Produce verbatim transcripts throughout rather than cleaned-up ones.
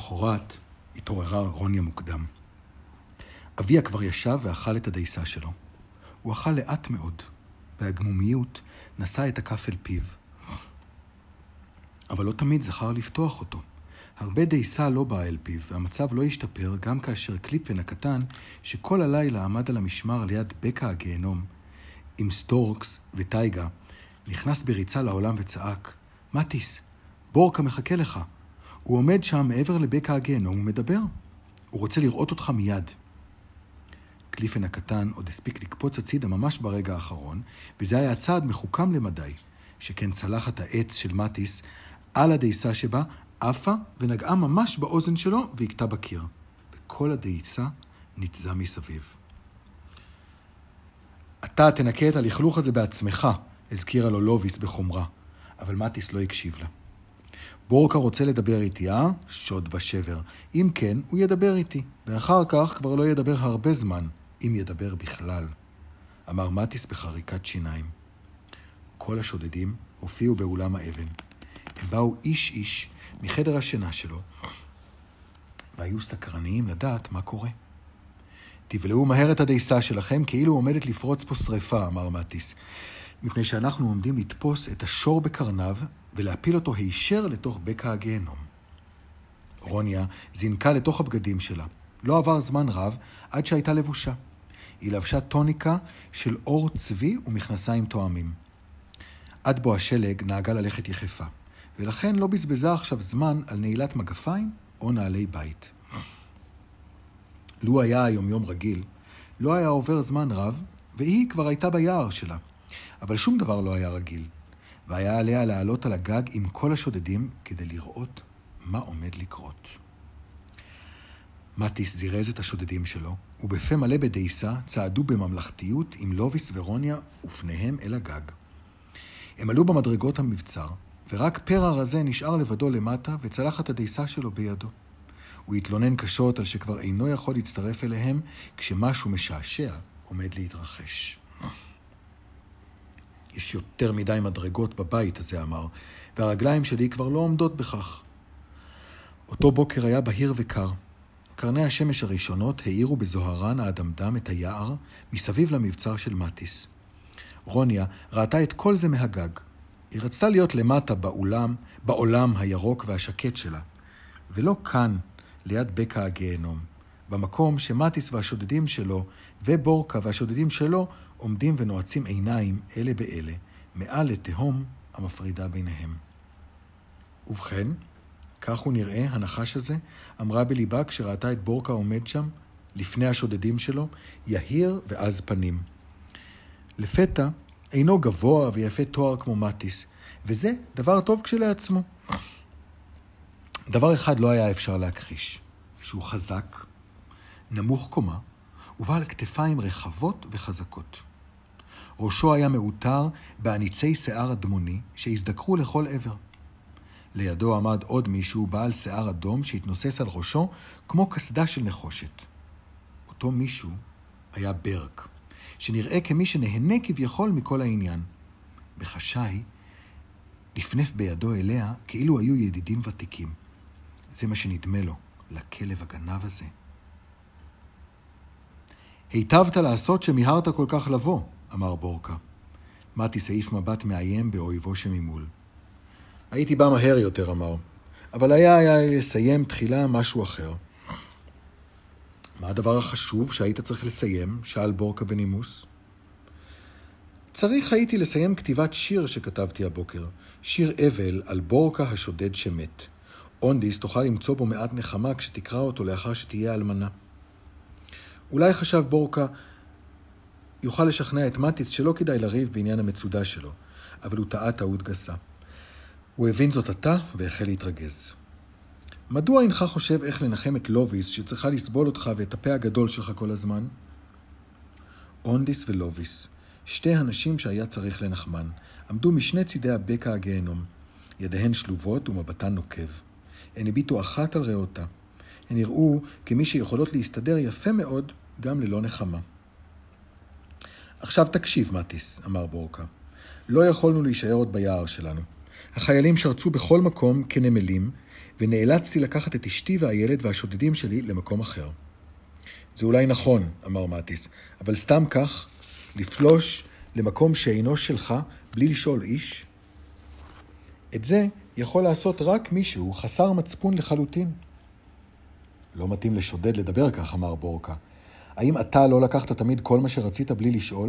למחרת התעוררה רוניה מוקדם. אביה כבר ישב ואכל את הדייסה שלו. הוא אכל לאט מאוד, והגמומיות נשא את הכף אל פיו. אבל לא תמיד זכר לפתוח אותו. הרבה דייסה לא באה אל פיו, והמצב לא השתפר גם כאשר קליפן הקטן, שכל הלילה עמד על המשמר ליד בקע הגיהנום, עם סטורקס וטייגה, נכנס בריצה לעולם וצעק, מטיס, בורקה מחכה לך. הוא עומד שם מעבר לבקע הגיהנום ומדבר. הוא רוצה לראות אותך מיד. קליפן הקטן עוד הספיק לקפוץ הצידה ממש ברגע האחרון, וזה היה צעד מחוכם למדי, שכן צלחת העץ של מטיס על הדייסה שבה עפה ונגעה ממש באוזן שלו והקטה בקיר. וכל הדייסה נתזה מסביב. אתה תנקה את הלכלוך הזה בעצמך, הזכירה לו לוביס בחומרה, אבל מטיס לא הקשיב לה. בורקה רוצה לדבר איתי, אה? שוד ושבר. אם כן, הוא ידבר איתי, ואחר כך כבר לא ידבר הרבה זמן, אם ידבר בכלל, אמר מטיס בחריקת שיניים. כל השודדים הופיעו באולם האבן. הם באו איש איש מחדר השינה שלו, והיו סקרניים לדעת מה קורה. תבלעו מהר את הדייסה שלכם, כאילו עומדת לפרוץ פה שריפה, אמר מטיס, מפני שאנחנו עומדים לתפוס את השור בקרניו ולהפיל אותו הישר לתוך בקע הגיהנום. רוניה זינקה לתוך הבגדים שלה. לא עבר זמן רב עד שהייתה לבושה. היא לבשה טוניקה של אור צבי ומכנסיים תואמים. עד בו השלג נהגה ללכת יחפה, ולכן לא בזבזה עכשיו זמן על נעילת מגפיים או נעלי בית. לו היה היום יום רגיל, לא היה עובר זמן רב, והיא כבר הייתה ביער שלה. אבל שום דבר לא היה רגיל, והיה עליה לעלות על הגג עם כל השודדים כדי לראות מה עומד לקרות. מטיס זירז את השודדים שלו, ובפה מלא בדייסה צעדו בממלכתיות עם לוביס ורוניה ופניהם אל הגג. הם עלו במדרגות המבצר, ורק פרע רזה נשאר לבדו למטה וצלח את הדייסה שלו בידו. הוא התלונן קשות על שכבר אינו יכול להצטרף אליהם כשמשהו משעשע עומד להתרחש. יש יותר מדי מדרגות בבית הזה, אמר, והרגליים שלי כבר לא עומדות בכך. אותו בוקר היה בהיר וקר. קרני השמש הראשונות האירו בזוהרן האדמדם את היער מסביב למבצר של מטיס. רוניה ראתה את כל זה מהגג. היא רצתה להיות למטה בעולם, בעולם הירוק והשקט שלה, ולא כאן, ליד בקע הגיהנום, במקום שמטיס והשודדים שלו ובורקה והשודדים שלו עומדים ונועצים עיניים אלה באלה, מעל לתהום המפרידה ביניהם. ובכן, כך הוא נראה, הנחש הזה, אמרה בליבה כשראתה את בורקה עומד שם, לפני השודדים שלו, יהיר ועז פנים. לפתע, אינו גבוה ויפה תואר כמו מטיס, וזה דבר טוב כשלעצמו. דבר אחד לא היה אפשר להכחיש, שהוא חזק, נמוך קומה, ובעל כתפיים רחבות וחזקות. ראשו היה מאותר בעניצי שיער אדמוני שהזדקרו לכל עבר. לידו עמד עוד מישהו בעל שיער אדום שהתנוסס על ראשו כמו כסדה של נחושת. אותו מישהו היה ברק, שנראה כמי שנהנה כביכול מכל העניין. בחשאי לפנף בידו אליה כאילו היו ידידים ותיקים. זה מה שנדמה לו, לכלב הגנב הזה. היטבת לעשות שמיהרת כל כך לבוא, אמר בורקה. מטיס העיף מבט מאיים באויבו שממול. הייתי בא מהר יותר, אמר, אבל היה היה לסיים תחילה משהו אחר. מה הדבר החשוב שהיית צריך לסיים? שאל בורקה בנימוס. צריך הייתי לסיים כתיבת שיר שכתבתי הבוקר, שיר אבל על בורקה השודד שמת. אונדיס תוכל למצוא בו מעט נחמה כשתקרא אותו לאחר שתהיה אלמנה. אולי חשב בורקה יוכל לשכנע את מטיס שלא כדאי לריב בעניין המצודה שלו, אבל הוא טעה טעות גסה. הוא הבין זאת עתה והחל להתרגז. מדוע אינך חושב איך לנחם את לוביס שצריכה לסבול אותך ואת הפה הגדול שלך כל הזמן? אונדיס ולוביס, שתי הנשים שהיה צריך לנחמן, עמדו משני צידי הבקע הגיהנום, ידיהן שלובות ומבטן נוקב. הן הביטו אחת על רעותה. הן נראו כמי שיכולות להסתדר יפה מאוד גם ללא נחמה. עכשיו תקשיב, מטיס, אמר בורקה. לא יכולנו להישאר עוד ביער שלנו. החיילים שרצו בכל מקום כנמלים, ונאלצתי לקחת את אשתי והילד והשודדים שלי למקום אחר. זה אולי נכון, אמר מטיס, אבל סתם כך, לפלוש למקום שאינו שלך בלי לשאול איש? את זה יכול לעשות רק מישהו חסר מצפון לחלוטין. לא מתאים לשודד לדבר כך, אמר בורקה. האם אתה לא לקחת תמיד כל מה שרצית בלי לשאול?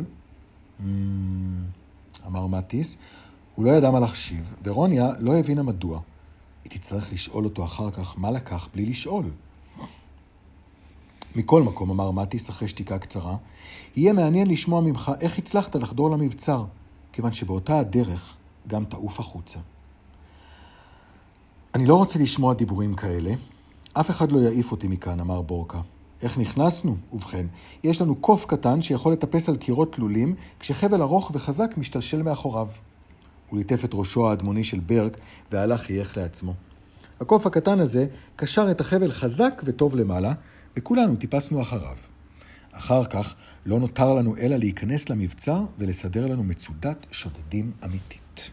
אמר מטיס. הוא לא ידע מה לחשיב, ורוניה לא הבינה מדוע. היא תצטרך לשאול אותו אחר כך מה לקח בלי לשאול. מכל מקום, אמר מטיס אחרי שתיקה קצרה, יהיה מעניין לשמוע ממך איך הצלחת לחדור למבצר, כיוון שבאותה הדרך גם תעוף החוצה. אני לא רוצה לשמוע דיבורים כאלה. אף אחד לא יעיף אותי מכאן, אמר בורקה. איך נכנסנו? ובכן, יש לנו קוף קטן שיכול לטפס על קירות תלולים, כשחבל ארוך וחזק משתלשל מאחוריו. הוא ליטף את ראשו האדמוני של ברק והלך חייך לעצמו. הקוף הקטן הזה קשר את החבל חזק וטוב למעלה, וכולנו טיפסנו אחריו. אחר כך לא נותר לנו אלא להיכנס למבצר ולסדר לנו מצודת שודדים אמיתית.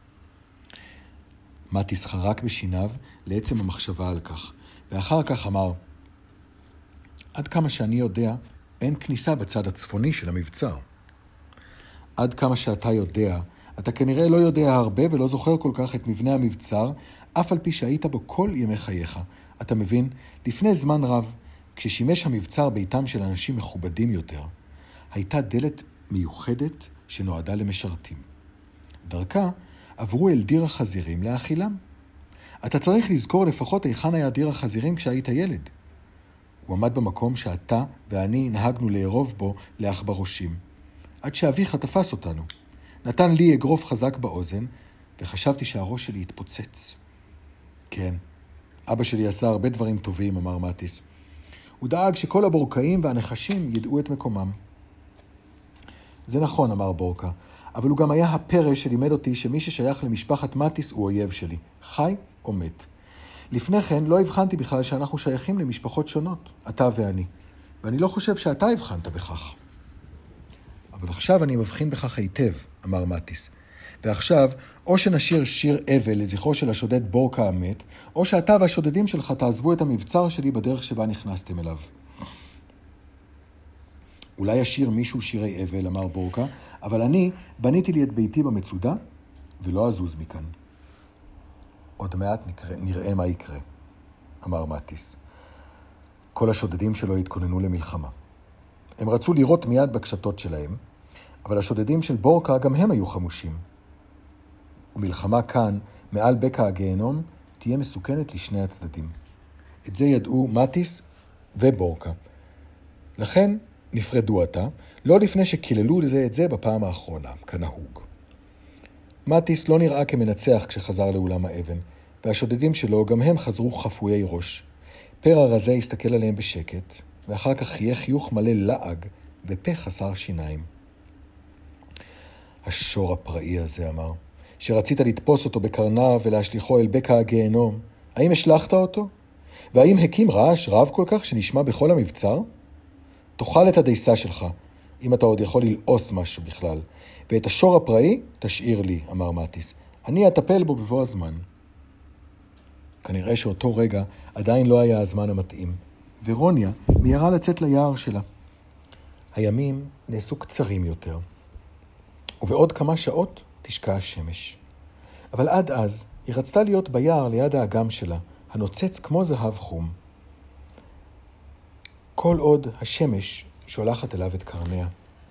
מטיס חרק בשיניו לעצם המחשבה על כך, ואחר כך אמר, עד כמה שאני יודע, אין כניסה בצד הצפוני של המבצר. עד כמה שאתה יודע, אתה כנראה לא יודע הרבה ולא זוכר כל כך את מבנה המבצר, אף על פי שהיית בו כל ימי חייך. אתה מבין, לפני זמן רב, כששימש המבצר ביתם של אנשים מכובדים יותר, הייתה דלת מיוחדת שנועדה למשרתים. דרכה עברו אל דיר החזירים לאכילם. אתה צריך לזכור לפחות היכן היה דיר החזירים כשהיית ילד. הוא עמד במקום שאתה ואני נהגנו לערוב בו לאחברושים, עד שאביך תפס אותנו. נתן לי אגרוף חזק באוזן, וחשבתי שהראש שלי התפוצץ. כן, אבא שלי עשה הרבה דברים טובים, אמר מטיס. הוא דאג שכל הבורקאים והנחשים ידעו את מקומם. זה נכון, אמר בורקה, אבל הוא גם היה הפרש שלימד אותי שמי ששייך למשפחת מטיס הוא אויב שלי, חי או מת. לפני כן לא הבחנתי בכלל שאנחנו שייכים למשפחות שונות, אתה ואני, ואני לא חושב שאתה הבחנת בכך. אבל עכשיו אני מבחין בכך היטב, אמר מטיס. ועכשיו, או שנשיר שיר אבל לזכרו של השודד בורקה המת, או שאתה והשודדים שלך תעזבו את המבצר שלי בדרך שבה נכנסתם אליו. אולי ישיר מישהו שירי אבל, אמר בורקה, אבל אני בניתי לי את ביתי במצודה, ולא אזוז מכאן. עוד מעט נקרא, נראה מה יקרה, אמר מטיס. כל השודדים שלו התכוננו למלחמה. הם רצו לראות מיד בקשתות שלהם, אבל השודדים של בורקה גם הם היו חמושים. ומלחמה כאן, מעל בקע הגיהנום, תהיה מסוכנת לשני הצדדים. את זה ידעו מטיס ובורקה. לכן נפרדו עתה, לא לפני שקיללו לזה את זה בפעם האחרונה, כנהוג. מטיס לא נראה כמנצח כשחזר לאולם האבן, והשודדים שלו גם הם חזרו חפויי ראש. פר הרזה הסתכל עליהם בשקט, ואחר כך חייך חיוך מלא לעג ופה חסר שיניים. השור הפראי הזה, אמר, שרצית לתפוס אותו בקרניו ולהשליחו אל בקע הגיהנום, האם השלחת אותו? והאם הקים רעש רב כל כך שנשמע בכל המבצר? תאכל את הדיסה שלך, אם אתה עוד יכול ללעוס משהו בכלל, ואת השור הפראי תשאיר לי, אמר מטיס. אני אטפל בו בבוא הזמן. כנראה שאותו רגע עדיין לא היה הזמן המתאים, ורוניה מיירה לצאת ליער שלה. הימים נעשו קצרים יותר, ובעוד כמה שעות תשקע השמש. אבל עד אז היא רצתה להיות ביער ליד האגם שלה, הנוצץ כמו זהב חום. כל עוד השמש שולחת אליו את קרניה.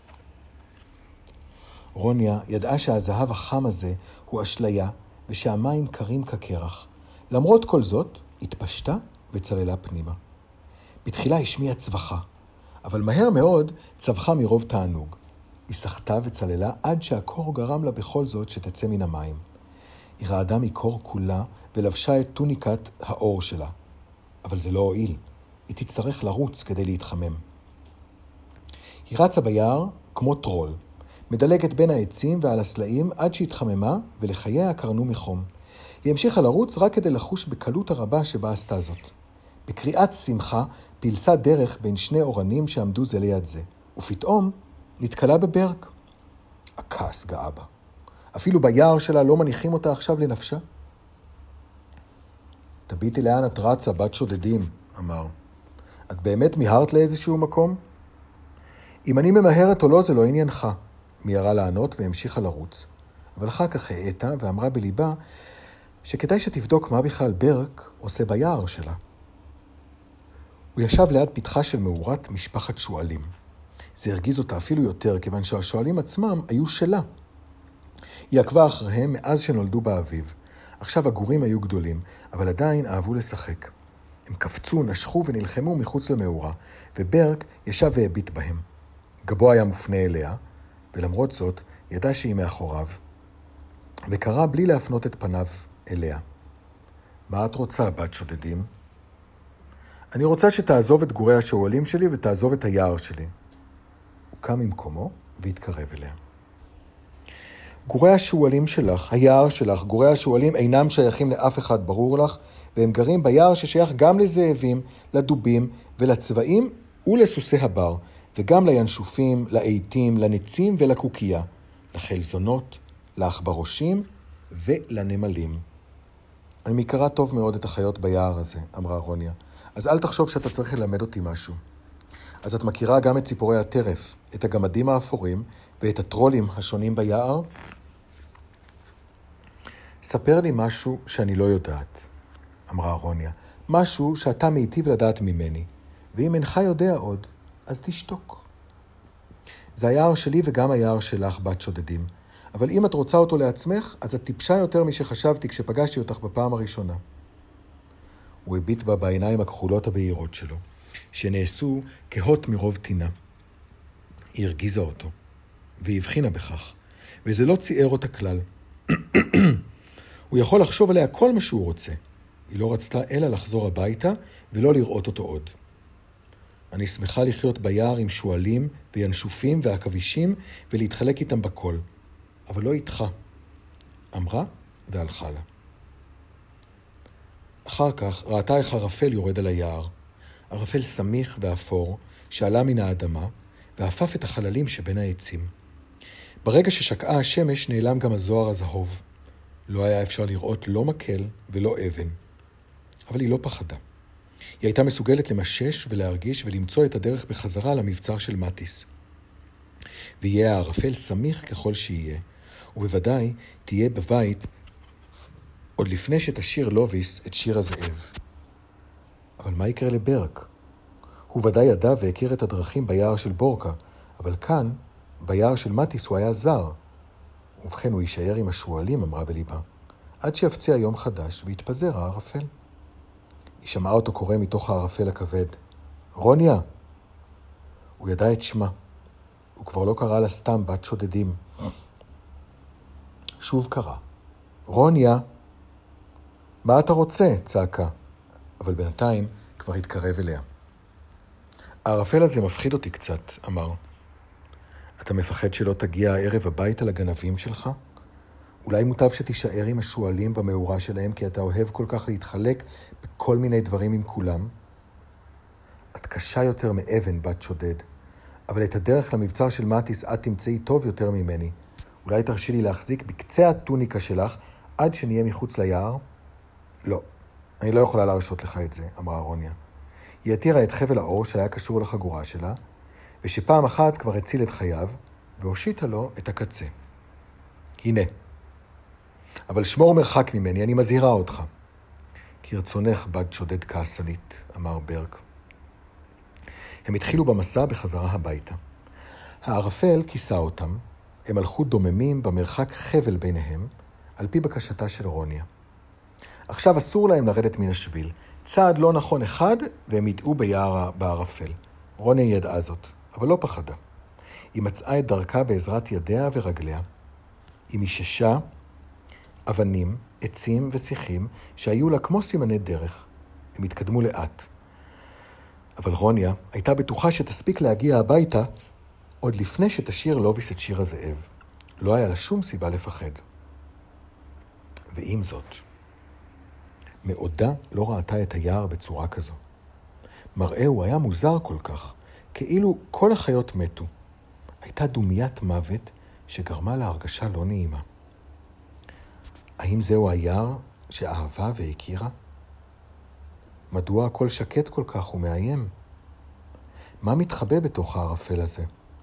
רוניה ידעה שהזהב החם הזה הוא אשליה, ושהמים קרים כקרח. למרות כל זאת, התפשטה וצללה פנימה. בתחילה השמיעה צווחה, אבל מהר מאוד צווחה מרוב תענוג. היא שחתה וצללה עד שהקור גרם לה בכל זאת שתצא מן המים. היא רעדה מקור כולה ולבשה את טוניקת האור שלה. אבל זה לא הועיל. היא תצטרך לרוץ כדי להתחמם. היא רצה ביער כמו טרול, מדלגת בין העצים ועל הסלעים עד שהתחממה ולחייה קרנו מחום. היא המשיכה לרוץ רק כדי לחוש בקלות הרבה שבה עשתה זאת. בקריאת שמחה פילסה דרך בין שני אורנים שעמדו זה ליד זה, ופתאום נתקלה בברק. הכעס גאה בה. אפילו ביער שלה לא מניחים אותה עכשיו לנפשה. תביטי לאן את רצה, בת שודדים, אמר. את באמת מיהרת לאיזשהו מקום? אם אני ממהרת או לא, זה לא עניינך. מיהרה לענות והמשיכה לרוץ. אבל אחר כך העטה ואמרה בליבה שכדאי שתבדוק מה בכלל ברק עושה ביער שלה. הוא ישב ליד פתחה של מאורת משפחת שואלים. זה הרגיז אותה אפילו יותר, כיוון שהשואלים עצמם היו שלה. היא עקבה אחריהם מאז שנולדו באביב. עכשיו הגורים היו גדולים, אבל עדיין אהבו לשחק. הם קפצו, נשכו ונלחמו מחוץ למאורה, וברק ישב והביט בהם. גבו היה מופנה אליה, ולמרות זאת ידע שהיא מאחוריו, וקרא בלי להפנות את פניו אליה. מה את רוצה, בת שודדים? אני רוצה שתעזוב את גורי השואלים שלי ותעזוב את היער שלי. הוא קם ממקומו והתקרב אליה. גורי השואלים שלך, היער שלך, גורי השואלים אינם שייכים לאף אחד, ברור לך, והם גרים ביער ששייך גם לזאבים, לדובים ולצבעים ולסוסי הבר, וגם לינשופים, לעיתים, לנצים ולקוקייה, לחלזונות, לעכברושים ולנמלים. אני מכירה טוב מאוד את החיות ביער הזה, אמרה רוניה, אז אל תחשוב שאתה צריך ללמד אותי משהו. אז את מכירה גם את ציפורי הטרף, את הגמדים האפורים ואת הטרולים השונים ביער? ספר לי משהו שאני לא יודעת, אמרה רוניה. משהו שאתה מיטיב לדעת ממני, ואם אינך יודע עוד, אז תשתוק. זה היער שלי וגם היער שלך, בת שודדים. אבל אם את רוצה אותו לעצמך, אז את טיפשה יותר משחשבתי כשפגשתי אותך בפעם הראשונה. הוא הביט בה בעיניים הכחולות הבהירות שלו, שנעשו כהות מרוב טינה. היא הרגיזה אותו, והיא הבחינה בכך, וזה לא ציער אותה כלל. הוא יכול לחשוב עליה כל מה שהוא רוצה. היא לא רצתה אלא לחזור הביתה ולא לראות אותו עוד. אני שמחה לחיות ביער עם שואלים וינשופים ועכבישים ולהתחלק איתם בכל, אבל לא איתך, אמרה והלכה לה. אחר כך ראתה איך ערפל יורד על היער, ערפל סמיך ואפור שעלה מן האדמה ואפף את החללים שבין העצים. ברגע ששקעה השמש נעלם גם הזוהר הזהוב. לא היה אפשר לראות לא מקל ולא אבן, אבל היא לא פחדה. היא הייתה מסוגלת למשש ולהרגיש ולמצוא את הדרך בחזרה למבצר של מטיס. ויהיה הערפל סמיך ככל שיהיה, ובוודאי תהיה בבית עוד לפני שתשיר לוביס את שיר הזאב. אבל מה יקרה לברק? הוא ודאי ידע והכיר את הדרכים ביער של בורקה, אבל כאן, ביער של מטיס, הוא היה זר. ובכן הוא יישאר עם השואלים, אמרה בליבה, עד שיפציע יום חדש והתפזר הערפל. היא שמעה אותו קורא מתוך הערפל הכבד. רוניה! הוא ידע את שמה. הוא כבר לא קרא לה סתם בת שודדים. שוב קרא. רוניה! מה אתה רוצה? צעקה. אבל בינתיים כבר התקרב אליה. הערפל הזה מפחיד אותי קצת, אמר. אתה מפחד שלא תגיע הערב הביתה לגנבים שלך? אולי מוטב שתישאר עם השואלים במאורה שלהם, כי אתה אוהב כל כך להתחלק בכל מיני דברים עם כולם? את קשה יותר מאבן, בת שודד, אבל את הדרך למבצר של מטיס את תמצאי טוב יותר ממני. אולי תרשי לי להחזיק בקצה הטוניקה שלך עד שנהיה מחוץ ליער? לא, אני לא יכולה להרשות לך את זה, אמרה רוניה. היא התירה את חבל האור שהיה קשור לחגורה שלה, ושפעם אחת כבר הציל את חייו, והושיטה לו את הקצה. הנה. אבל שמור מרחק ממני, אני מזהירה אותך. כרצונך, בת שודד כעסנית, אמר ברק. הם התחילו במסע בחזרה הביתה. הערפל כיסה אותם, הם הלכו דוממים במרחק חבל ביניהם, על פי בקשתה של רוניה. עכשיו אסור להם לרדת מן השביל. צעד לא נכון אחד, והם ידעו ביער בערפל. רוניה ידעה זאת, אבל לא פחדה. היא מצאה את דרכה בעזרת ידיה ורגליה. היא מיששה אבנים, עצים וציחים שהיו לה כמו סימני דרך. הם התקדמו לאט. אבל רוניה הייתה בטוחה שתספיק להגיע הביתה עוד לפני שתשיר לוביס את שיר הזאב. לא היה לה שום סיבה לפחד. ועם זאת, מעודה לא ראתה את היער בצורה כזו. מראהו היה מוזר כל כך, כאילו כל החיות מתו. הייתה דומיית מוות שגרמה לה הרגשה לא נעימה. האם זהו היער שאהבה והכירה? מדוע הכל שקט כל כך ומאיים? מה מתחבא בתוך הערפל הזה?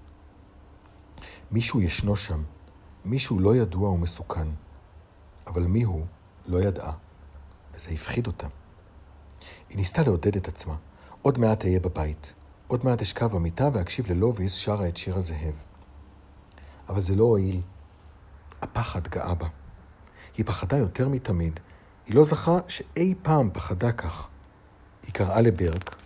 מישהו ישנו שם, מישהו לא ידוע ומסוכן, אבל מיהו לא ידעה, וזה הפחיד אותה. היא ניסתה לעודד את עצמה, עוד מעט אהיה בבית, עוד מעט אשכב במיטה ואקשיב ללוביס שרה את שיר הזהב. אבל זה לא הועיל, הפחד גאה בה. היא פחדה יותר מתמיד, היא לא זכרה שאי פעם פחדה כך. היא קראה לברק,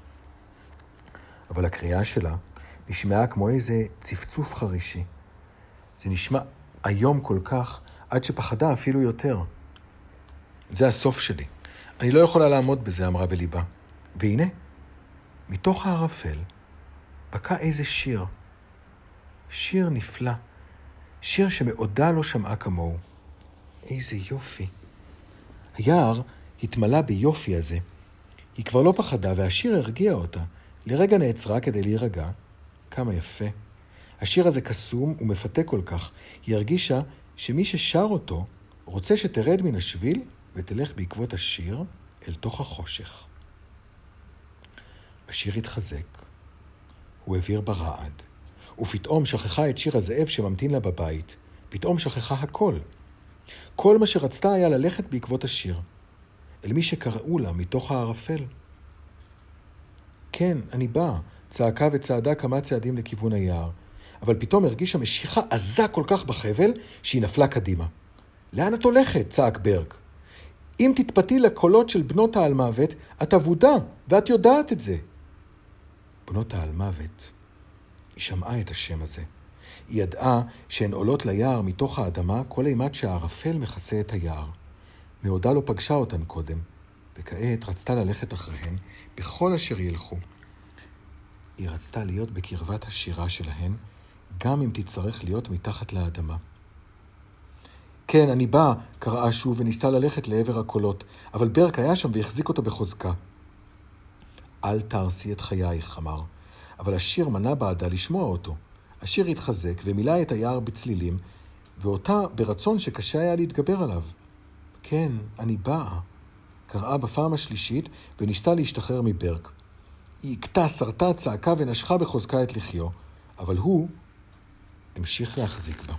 אבל הקריאה שלה נשמעה כמו איזה צפצוף חרישי. זה נשמע היום כל כך, עד שפחדה אפילו יותר. זה הסוף שלי. אני לא יכולה לעמוד בזה, אמרה בליבה. והנה, מתוך הערפל, בקע איזה שיר. שיר נפלא. שיר שמעודה לא שמעה כמוהו. איזה יופי. היער התמלא ביופי הזה. היא כבר לא פחדה והשיר הרגיע אותה. לרגע נעצרה כדי להירגע. כמה יפה. השיר הזה קסום ומפתה כל כך. היא הרגישה שמי ששר אותו רוצה שתרד מן השביל ותלך בעקבות השיר אל תוך החושך. השיר התחזק. הוא העביר ברעד. ופתאום שכחה את שיר הזאב שממתין לה בבית. פתאום שכחה הכל. כל מה שרצתה היה ללכת בעקבות השיר. אל מי שקראו לה מתוך הערפל. כן, אני באה, צעקה וצעדה כמה צעדים לכיוון היער. אבל פתאום הרגישה משיכה עזה כל כך בחבל שהיא נפלה קדימה. לאן את הולכת? צעק ברק. אם תתפתי לקולות של בנות העל מוות, את עבודה, ואת יודעת את זה. בנות העל מוות. היא שמעה את השם הזה. היא ידעה שהן עולות ליער מתוך האדמה כל אימת שהערפל מכסה את היער. מעודה לא פגשה אותן קודם, וכעת רצתה ללכת אחריהן בכל אשר ילכו. היא רצתה להיות בקרבת השירה שלהן, גם אם תצטרך להיות מתחת לאדמה. כן, אני באה, קראה שוב וניסתה ללכת לעבר הקולות, אבל ברק היה שם והחזיק אותה בחוזקה. אל תרסי את חייך, אמר, אבל השיר מנע בעדה לשמוע אותו. השיר התחזק ומילא את היער בצלילים, ואותה ברצון שקשה היה להתגבר עליו. כן, אני באה, קראה בפעם השלישית וניסתה להשתחרר מברק. היא הקטה, סרטה, צעקה ונשכה בחוזקה את לחיו, אבל הוא המשיך להחזיק בה.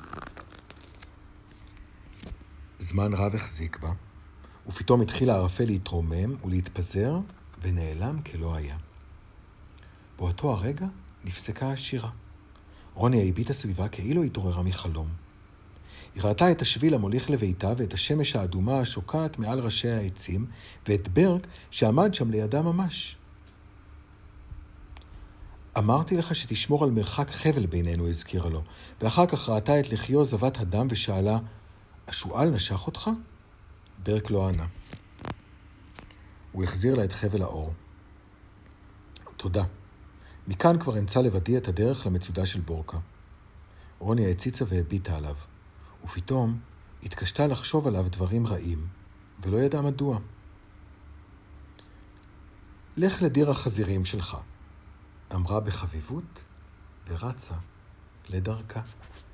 זמן רב החזיק בה, ופתאום התחיל הערפל להתרומם ולהתפזר, ונעלם כלא היה. באותו הרגע נפסקה השירה. רוני הביטה סביבה כאילו התעוררה מחלום. היא ראתה את השביל המוליך לביתה ואת השמש האדומה השוקעת מעל ראשי העצים, ואת ברק שעמד שם לידה ממש. אמרתי לך שתשמור על מרחק חבל בינינו, הזכירה לו, ואחר כך ראתה את לחיו זבת הדם ושאלה, השואל נשך אותך? ברק לא ענה. הוא החזיר לה את חבל האור. תודה. מכאן כבר אמצא לבדי את הדרך למצודה של בורקה. רוני הציצה והביטה עליו, ופתאום התקשתה לחשוב עליו דברים רעים, ולא ידעה מדוע. לך לדיר החזירים שלך, אמרה בחביבות ורצה לדרכה.